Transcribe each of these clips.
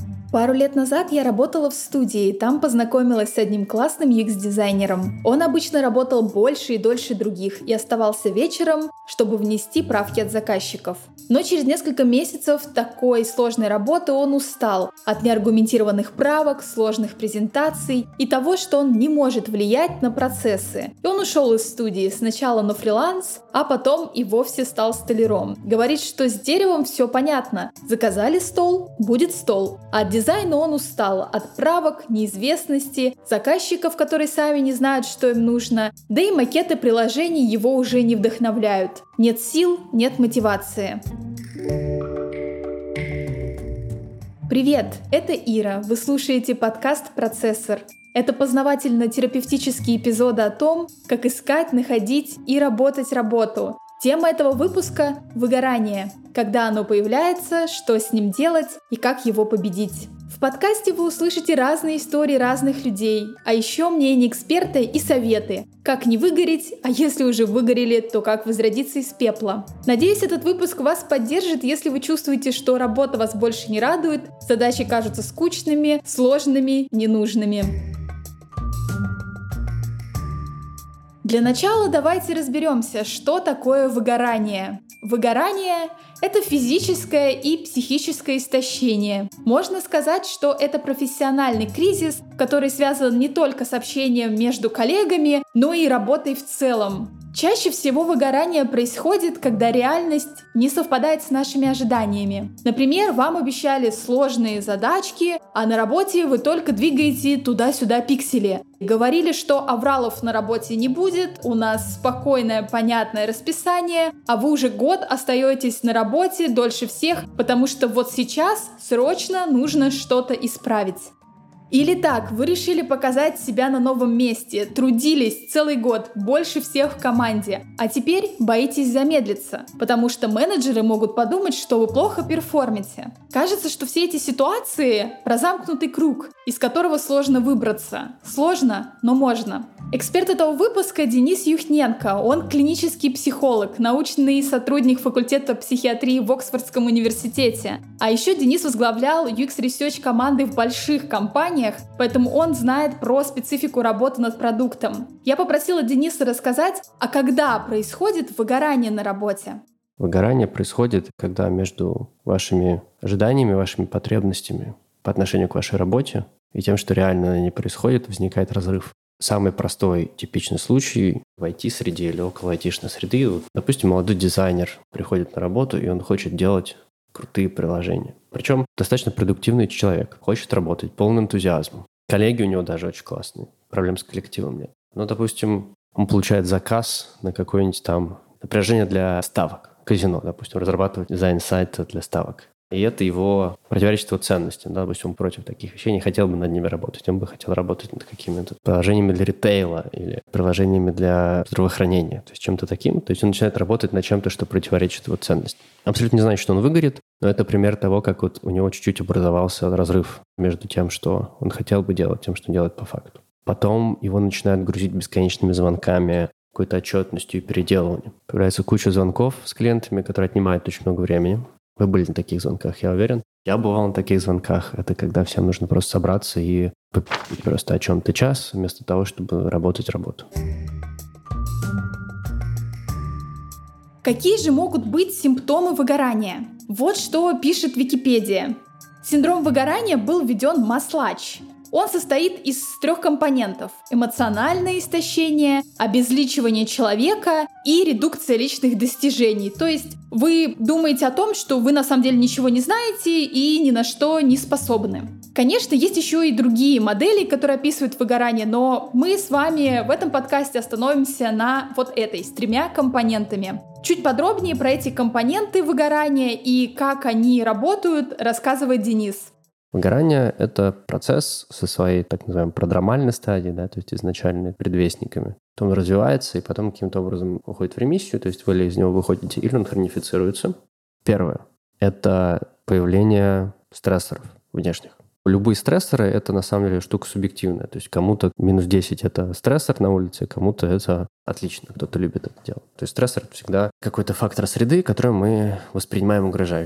Пару лет назад я работала в студии, там познакомилась с одним классным UX-дизайнером. Он обычно работал больше и дольше других и оставался вечером, чтобы внести правки от заказчиков. Но через несколько месяцев такой сложной работы он устал от неаргументированных правок, сложных презентаций и того, что он не может влиять на процессы. И он ушел из студии сначала на фриланс, а потом и вовсе стал столяром. Говорит, что с деревом все понятно. Заказали стол, будет стол. А от дизайна он устал, от правок, неизвестности, заказчиков, которые сами не знают, что им нужно, да и макеты приложений его уже не вдохновляют. Нет сил, нет мотивации. Привет, это Ира, вы слушаете подкаст «Процессор». Это познавательно-терапевтические эпизоды о том, как искать, находить и работать работу. Тема этого выпуска – выгорание. Когда оно появляется, что с ним делать и как его победить. В подкасте вы услышите разные истории разных людей, а еще мнения эксперта и советы. Как не выгореть, а если уже выгорели, то как возродиться из пепла. Надеюсь, этот выпуск вас поддержит, если вы чувствуете, что работа вас больше не радует, задачи кажутся скучными, сложными, ненужными. Для начала давайте разберемся, что такое выгорание. Выгорание – это физическое и психическое истощение. Можно сказать, что это профессиональный кризис, который связан не только с общением между коллегами, но и работой в целом. Чаще всего выгорание происходит, когда реальность не совпадает с нашими ожиданиями. Например, вам обещали сложные задачки, а на работе вы только двигаете туда-сюда пиксели. Говорили, что авралов на работе не будет, у нас спокойное, понятное расписание, а вы уже год остаетесь на работе дольше всех, потому что вот сейчас срочно нужно что-то исправить. Или так, вы решили показать себя на новом месте, трудились целый год, больше всех в команде, а теперь боитесь замедлиться, потому что менеджеры могут подумать, что вы плохо перформите. Кажется, что все эти ситуации про замкнутый круг, из которого сложно выбраться. Сложно, но можно. Эксперт этого выпуска Денис Юхненко. Он клинический психолог, научный сотрудник факультета психиатрии в Оксфордском университете. А еще Денис возглавлял UX-ресерч команды в больших компаниях, поэтому он знает про специфику работы над продуктом. Я попросила Дениса рассказать, а когда происходит выгорание на работе? Выгорание происходит, когда между вашими ожиданиями, вашими потребностями по отношению к вашей работе и тем, что реально не происходит, возникает разрыв. Самый простой, типичный случай в IT-среде или около IT-шной среды. Вот, допустим, молодой дизайнер приходит на работу, и он хочет делать крутые приложения. Причем достаточно продуктивный человек, хочет работать, полный энтузиазма. Коллеги у него даже очень классные, проблем с коллективом нет. Но, допустим, он получает заказ на какое-нибудь там приложение для ставок. Казино, допустим, разрабатывать дизайн сайта для ставок. И это его противоречит его ценностям. Да? Допустим, он против таких вещей, не хотел бы над ними работать. Он бы хотел работать над какими-то приложениями для ритейла или приложениями для здравоохранения. То есть чем-то таким. То есть он начинает работать над чем-то, что противоречит его ценностям. Абсолютно не значит, что он выгорит, но это пример того, как вот у него чуть-чуть образовался разрыв между тем, что он хотел бы делать, тем, что делает по факту. Потом его начинают грузить бесконечными звонками, какой-то отчетностью и переделыванием. Появляется куча звонков с клиентами, которые отнимают очень много времени. Вы были на таких звонках, я уверен. Я бывал на таких звонках. Это когда всем нужно просто собраться и просто о чем-то час, вместо того, чтобы работать работу. Какие же могут быть симптомы выгорания? Вот что пишет Википедия. Синдром выгорания был введен в Маслач. Он состоит из 3 компонентов – эмоциональное истощение, обезличивание человека и редукция личных достижений. То есть вы думаете о том, что вы на самом деле ничего не знаете и ни на что не способны. Конечно, есть еще и другие модели, которые описывают выгорание, но мы с вами в этом подкасте остановимся на вот этой, с 3 компонентами. Чуть подробнее про эти компоненты выгорания и как они работают, рассказывает Денис. Выгорание – это процесс со своей так называемой продромальной стадии, да, то есть изначально предвестниками. Он развивается и потом каким-то образом уходит в ремиссию, то есть вы из него выходите или он хронифицируется. Первое – это появление стрессоров внешних. Любые стрессоры – это на самом деле штука субъективная. То есть кому-то минус 10 – это стрессор на улице, кому-то это отлично, кто-то любит это делать. То есть стрессор – это всегда какой-то фактор среды, который мы воспринимаем угрожающим.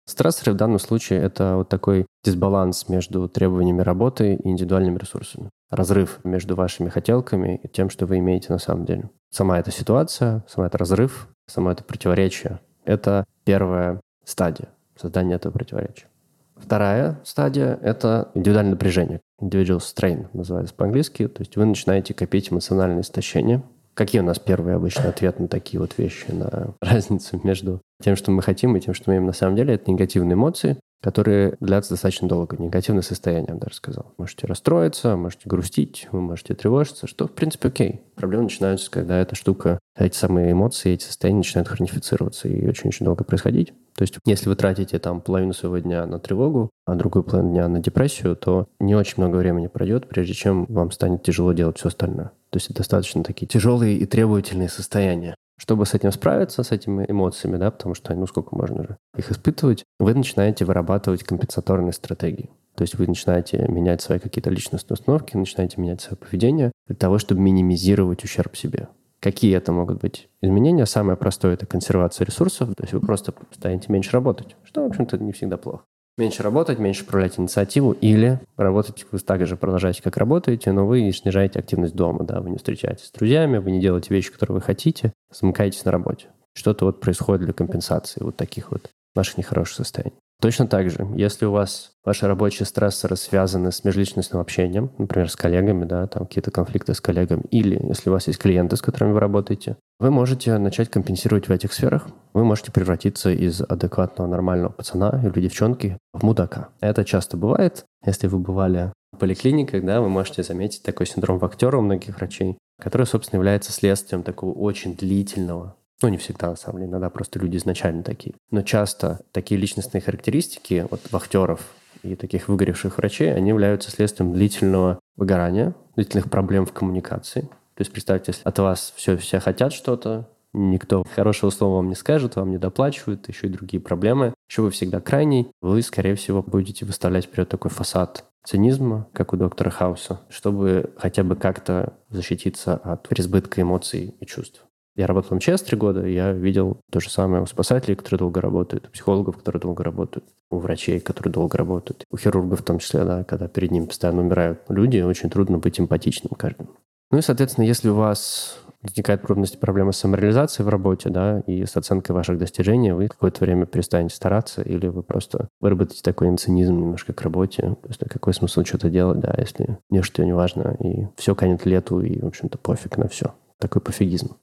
Стрессоры в данном случае — это вот такой дисбаланс между требованиями работы и индивидуальными ресурсами. Разрыв между вашими хотелками и тем, что вы имеете на самом деле. Сама эта ситуация, сама этот разрыв, само это противоречие — это первая стадия создания этого противоречия. Вторая стадия — это индивидуальное напряжение. Individual strain называется по-английски. То есть вы начинаете копить эмоциональное истощение. Какие у нас первые обычно ответы на такие вот вещи, на разницу между тем, что мы хотим, и тем, что мы имеем на самом деле? Это негативные эмоции, которые длятся достаточно долго. Негативное состояние, я бы даже сказал. Можете расстроиться, можете грустить, вы можете тревожиться, что, в принципе, окей. Проблемы начинаются, когда эта штука, эти самые эмоции, эти состояния начинают хронифицироваться и очень-очень долго происходить. То есть, если вы тратите там половину своего дня на тревогу, а другую половину дня на депрессию, то не очень много времени пройдет, прежде чем вам станет тяжело делать все остальное. То есть, это достаточно такие тяжелые и требовательные состояния. Чтобы с этим справиться, с этими эмоциями, да, потому что, сколько можно же их испытывать, вы начинаете вырабатывать компенсаторные стратегии. То есть вы начинаете менять свои какие-то личностные установки, начинаете менять свое поведение для того, чтобы минимизировать ущерб себе. Какие это могут быть изменения? Самое простое — это консервация ресурсов. То есть вы просто станете меньше работать, что, в общем-то, не всегда плохо. Меньше работать, меньше проявлять инициативу, или работать вы так же продолжаете, как работаете, но вы снижаете активность дома, да, вы не встречаетесь с друзьями, вы не делаете вещи, которые вы хотите, замыкаетесь на работе. Что-то вот происходит для компенсации вот таких вот ваших нехороших состояний. Точно так же, если у вас ваши рабочие стрессоры связаны с межличностным общением, например, с коллегами, да, там какие-то конфликты с коллегами, или если у вас есть клиенты, с которыми вы работаете, вы можете начать компенсировать в этих сферах. Вы можете превратиться из адекватного, нормального пацана или девчонки в мудака. Это часто бывает. Если вы бывали в поликлиниках, да, вы можете заметить такой синдром вахтера у многих врачей, который, собственно, является следствием такого очень длительного, не всегда, на самом деле, иногда просто люди изначально такие. Но часто такие личностные характеристики от вахтеров и таких выгоревших врачей, они являются следствием длительного выгорания, длительных проблем в коммуникации. То есть представьте, если от вас все хотят что-то, никто хорошего слова вам не скажет, вам не доплачивают, еще и другие проблемы, еще вы всегда крайний, вы, скорее всего, будете выставлять вперед такой фасад цинизма, как у доктора Хауса, чтобы хотя бы как-то защититься от переизбытка эмоций и чувств. Я работал в МЧС 3 года, и я видел то же самое у спасателей, которые долго работают, у психологов, которые долго работают, у врачей, которые долго работают, у хирургов в том числе, да, когда перед ними постоянно умирают люди, очень трудно быть эмпатичным каждому. И, соответственно, если у вас возникают трудности, проблемы с самореализацией в работе, да, и с оценкой ваших достижений, вы какое-то время перестанете стараться, или вы просто выработаете такой цинизм немножко к работе. Просто какой смысл что-то делать, да, если ничто не важно, и все канет к лету, и, в общем-то, пофиг на все. Такой пофигизм.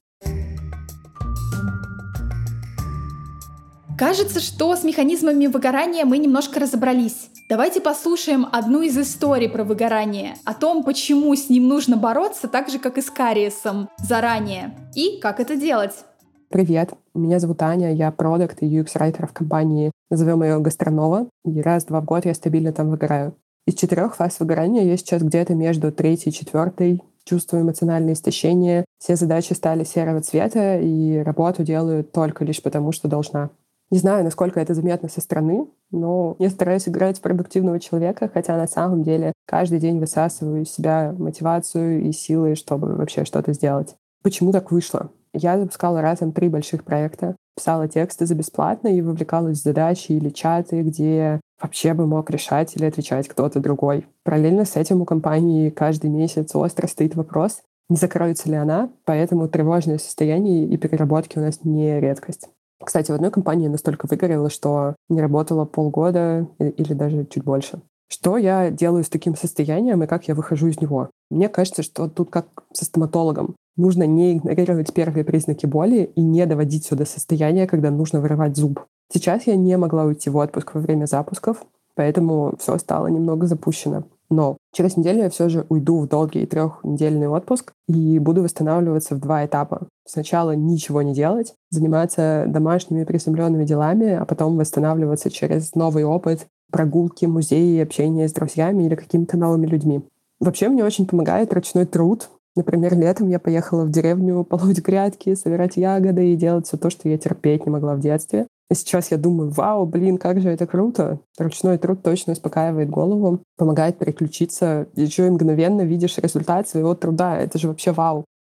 Кажется, что с механизмами выгорания мы немножко разобрались. Давайте послушаем одну из историй про выгорание, о том, почему с ним нужно бороться так же, как и с кариесом, заранее, и как это делать. Привет, меня зовут Аня, я продакт и UX-райтер в компании, назовем ее Гастронова, и раз-два в год я стабильно там выгораю. Из 4 фаз выгорания я сейчас где-то между 3-й и 4-й, чувствую эмоциональное истощение, все задачи стали серого цвета, и работу делаю только лишь потому, что должна. Не знаю, насколько это заметно со стороны, но я стараюсь играть в продуктивного человека, хотя на самом деле каждый день высасываю из себя мотивацию и силы, чтобы вообще что-то сделать. Почему так вышло? Я запускала разом 3 больших проекта, писала тексты за бесплатно и вовлекалась в задачи или чаты, где вообще бы мог решать или отвечать кто-то другой. Параллельно с этим у компании каждый месяц остро стоит вопрос, не закроется ли она, поэтому тревожное состояние и переработки у нас не редкость. Кстати, в одной компании я настолько выгорела, что не работала полгода или даже чуть больше. Что я делаю с таким состоянием и как я выхожу из него? Мне кажется, что тут как со стоматологом. Нужно не игнорировать первые признаки боли и не доводить все до состояния, когда нужно вырывать зуб. Сейчас я не могла уйти в отпуск во время запусков, поэтому все стало немного запущено. Но через неделю я все же уйду в долгий 3-недельный отпуск и буду восстанавливаться в 2 этапа. Сначала ничего не делать, заниматься домашними приземленными делами, а потом восстанавливаться через новый опыт, прогулки, музеи, общение с друзьями или какими-то новыми людьми. Вообще мне очень помогает ручной труд. Например, летом я поехала в деревню полоть грядки, собирать ягоды и делать все то, что я терпеть не могла в детстве. И сейчас я думаю, вау, как же это круто. Ручной труд точно успокаивает голову, помогает переключиться. Еще и мгновенно видишь результат своего труда. Это же вообще вау.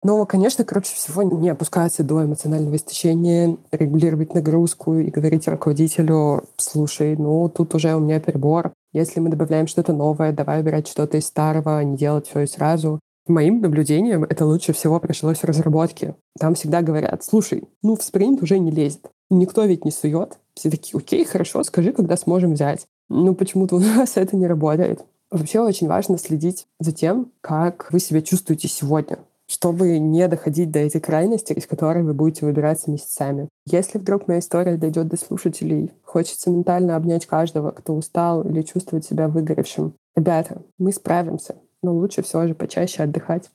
Но, конечно, круче всего не опускаться до эмоционального истощения, регулировать нагрузку и говорить руководителю: слушай, тут уже у меня перебор. Если мы добавляем что-то новое, давай убирать что-то из старого, а не делать все и сразу. Моим наблюдением это лучше всего пришлось в разработке. Там всегда говорят: слушай, в спринт уже не лезет. Никто ведь не сует. Все такие: окей, хорошо, скажи, когда сможем взять. Почему-то у нас это не работает. Вообще очень важно следить за тем, как вы себя чувствуете сегодня, чтобы не доходить до этих крайностей, из которых вы будете выбираться месяцами. Если вдруг моя история дойдет до слушателей, хочется ментально обнять каждого, кто устал или чувствует себя выгоревшим. Ребята, мы справимся, но лучше все же почаще отдыхать.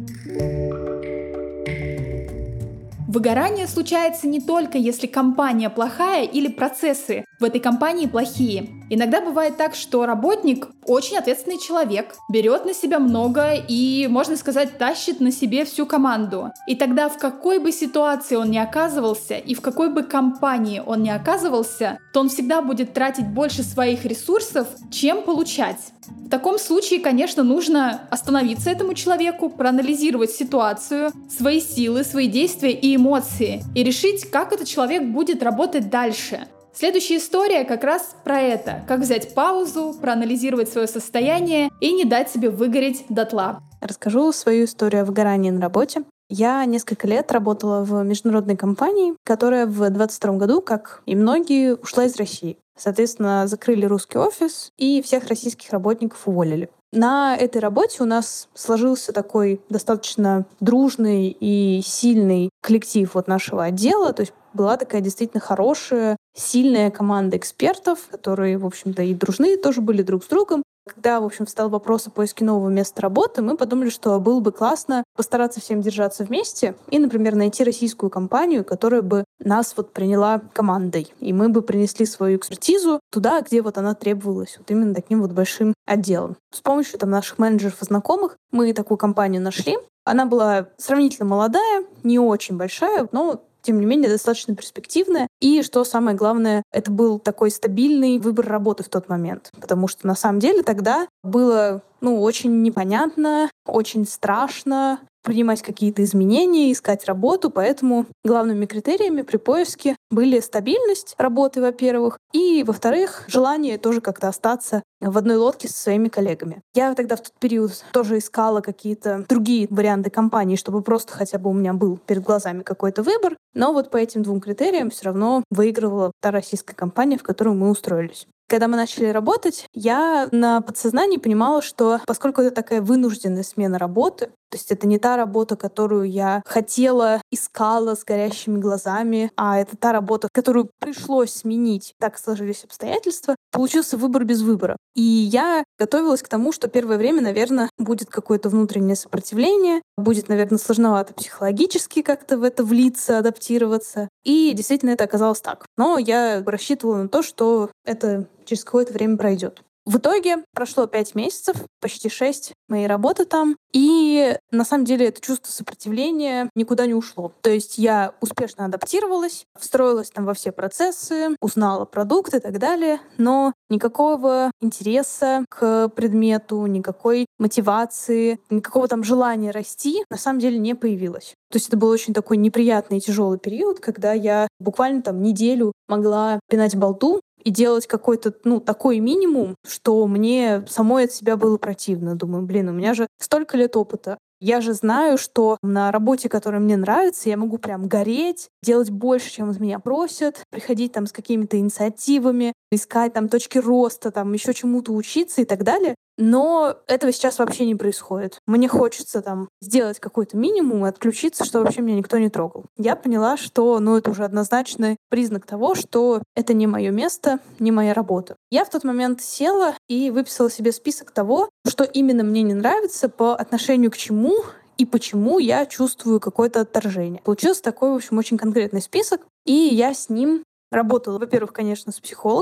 Выгорание случается не только если компания плохая или процессы в этой компании плохие. Иногда бывает так, что работник очень ответственный человек, берет на себя много и, можно сказать, тащит на себе всю команду. И тогда в какой бы ситуации он ни оказывался и в какой бы компании он ни оказывался, то он всегда будет тратить больше своих ресурсов, чем получать. В таком случае, конечно, нужно остановиться этому человеку, проанализировать ситуацию, свои силы, свои действия и эмоции и решить, как этот человек будет работать дальше. Следующая история как раз про это. Как взять паузу, проанализировать свое состояние и не дать себе выгореть дотла. Расскажу свою историю о выгорании на работе. Я несколько лет работала в международной компании, которая в 2022 году, как и многие, ушла из России. Соответственно, закрыли русский офис и всех российских работников уволили. На этой работе у нас сложился такой достаточно дружный и сильный коллектив нашего отдела. То есть была такая действительно хорошая, сильная команда экспертов, которые, в общем-то, и дружны тоже были друг с другом. Когда, в общем, встал вопрос о поиске нового места работы, мы подумали, что было бы классно постараться всем держаться вместе и, например, найти российскую компанию, которая бы нас приняла командой. И мы бы принесли свою экспертизу туда, где она требовалась, именно таким большим отделом. С помощью наших менеджеров и знакомых мы такую компанию нашли. Она была сравнительно молодая, не очень большая, но тем не менее, достаточно перспективная. И, что самое главное, это был такой стабильный выбор работы в тот момент. Потому что, на самом деле, тогда было очень непонятно, очень страшно принимать какие-то изменения, искать работу. Поэтому главными критериями при поиске были стабильность работы, во-первых, и, во-вторых, желание тоже как-то остаться в одной лодке со своими коллегами. Я тогда в тот период тоже искала какие-то другие варианты компаний, чтобы просто хотя бы у меня был перед глазами какой-то выбор. Но по этим двум критериям все равно выигрывала та российская компания, в которую мы устроились. Когда мы начали работать, я на подсознании понимала, что поскольку это такая вынужденная смена работы, то есть это не та работа, которую я хотела, искала с горящими глазами, а это та работа, которую пришлось сменить. Так сложились обстоятельства. Получился выбор без выбора. И я готовилась к тому, что первое время, наверное, будет какое-то внутреннее сопротивление, будет, наверное, сложновато психологически как-то в это влиться, адаптироваться. И действительно это оказалось так. Но я рассчитывала на то, что это через какое-то время пройдет. В итоге прошло 5 месяцев, почти 6 моей работы там, и на самом деле это чувство сопротивления никуда не ушло. То есть я успешно адаптировалась, встроилась во все процессы, узнала продукт и так далее, но никакого интереса к предмету, никакой мотивации, никакого желания расти на самом деле не появилось. То есть это был очень такой неприятный и тяжелый период, когда я буквально неделю могла пинать болту и делать какой-то, такой минимум, что мне самой от себя было противно. Думаю, у меня же столько лет опыта. Я же знаю, что на работе, которая мне нравится, я могу прям гореть, делать больше, чем от меня просят, приходить с какими-то инициативами, искать точки роста, еще чему-то учиться и так далее. Но этого сейчас вообще не происходит. Мне хочется сделать какой-то минимум и отключиться, что вообще меня никто не трогал. Я поняла, что это уже однозначный признак того, что это не мое место, не моя работа. Я в тот момент села и выписала себе список того, что именно мне не нравится, по отношению к чему и почему я чувствую какое-то отторжение. Получился такой, в общем, очень конкретный список, и я с ним работала, во-первых, конечно, с психологом,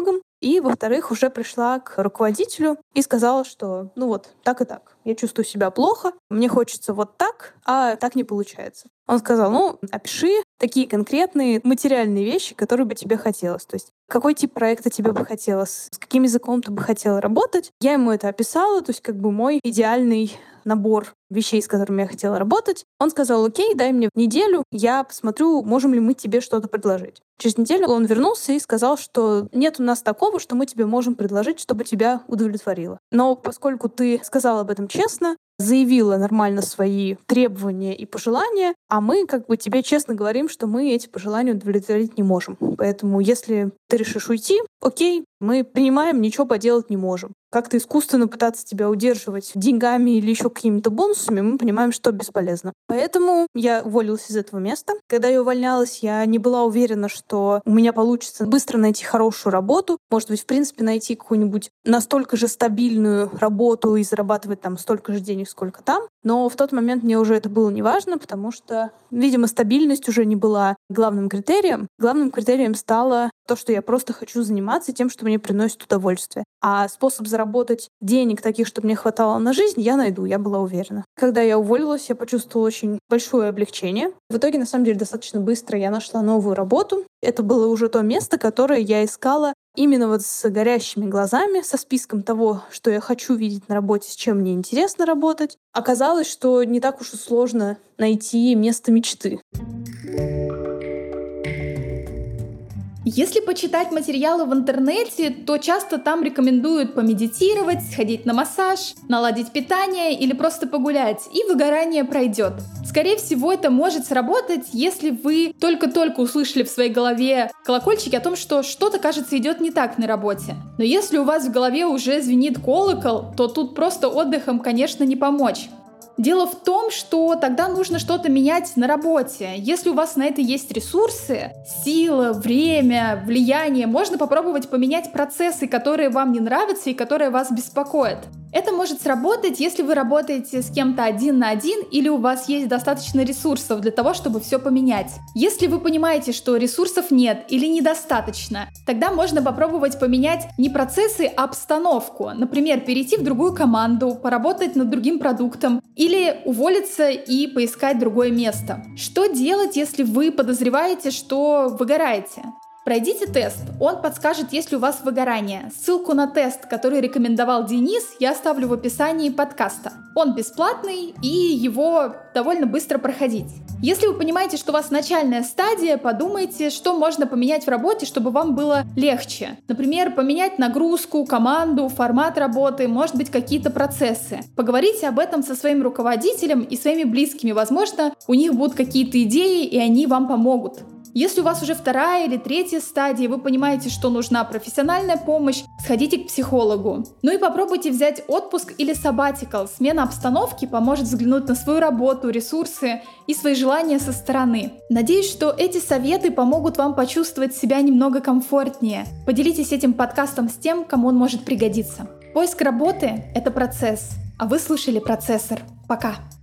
И, во-вторых, уже пришла к руководителю и сказала, что так и так. Я чувствую себя плохо, мне хочется вот так, а так не получается. Он сказал, опиши такие конкретные материальные вещи, которые бы тебе хотелось. То есть какой тип проекта тебе бы хотелось, с каким языком ты бы хотела работать. Я ему это описала, то есть мой идеальный набор вещей, с которыми я хотела работать. Он сказал, окей, дай мне неделю, я посмотрю, можем ли мы тебе что-то предложить. Через неделю он вернулся и сказал, что нет у нас такого, что мы тебе можем предложить, чтобы тебя удовлетворило. Но поскольку ты сказал об этом честно, заявила нормально свои требования и пожелания, а мы тебе честно говорим, что мы эти пожелания удовлетворить не можем. Поэтому если ты решишь уйти, окей, мы принимаем, ничего поделать не можем. Как-то искусственно пытаться тебя удерживать деньгами или еще какими-то бонусами, мы понимаем, что бесполезно. Поэтому я уволилась из этого места. Когда я увольнялась, я не была уверена, что у меня получится быстро найти хорошую работу. Может быть, в принципе, найти какую-нибудь настолько же стабильную работу и зарабатывать там столько же денег, сколько там. Но в тот момент мне уже это было неважно, потому что, видимо, стабильность уже не была главным критерием. Главным критерием стало то, что я просто хочу заниматься тем, что мне приносит удовольствие. А способ заработать денег таких, чтобы мне хватало на жизнь, я найду, я была уверена. Когда я уволилась, я почувствовала очень большое облегчение. В итоге, на самом деле, достаточно быстро я нашла новую работу. Это было уже то место, которое я искала именно с горящими глазами, со списком того, что я хочу видеть на работе, с чем мне интересно работать. Оказалось, что не так уж и сложно найти место мечты. Если почитать материалы в интернете, то часто там рекомендуют помедитировать, сходить на массаж, наладить питание или просто погулять, и выгорание пройдет. Скорее всего, это может сработать, если вы только-только услышали в своей голове колокольчики о том, что что-то, кажется, идет не так на работе. Но если у вас в голове уже звенит колокол, то тут просто отдыхом, конечно, не помочь. Дело в том, что тогда нужно что-то менять на работе. Если у вас на это есть ресурсы, сила, время, влияние, можно попробовать поменять процессы, которые вам не нравятся и которые вас беспокоят. Это может сработать, если вы работаете с кем-то один на один или у вас есть достаточно ресурсов для того, чтобы все поменять. Если вы понимаете, что ресурсов нет или недостаточно, тогда можно попробовать поменять не процессы, а обстановку. Например, перейти в другую команду, поработать над другим продуктом или уволиться и поискать другое место. Что делать, если вы подозреваете, что выгораете? Пройдите тест, он подскажет, есть ли у вас выгорание. Ссылку на тест, который рекомендовал Денис, я оставлю в описании подкаста. Он бесплатный и его довольно быстро проходить. Если вы понимаете, что у вас начальная стадия, подумайте, что можно поменять в работе, чтобы вам было легче. Например, поменять нагрузку, команду, формат работы, может быть, какие-то процессы. Поговорите об этом со своим руководителем и своими близкими. Возможно, у них будут какие-то идеи, и они вам помогут. Если у вас уже 2-я или 3-я стадия, вы понимаете, что нужна профессиональная помощь, сходите к психологу. Ну и попробуйте взять отпуск или sabbatical. Смена обстановки поможет взглянуть на свою работу, ресурсы и свои желания со стороны. Надеюсь, что эти советы помогут вам почувствовать себя немного комфортнее. Поделитесь этим подкастом с тем, кому он может пригодиться. Поиск работы — это процесс, а вы слушали «Процессор». Пока!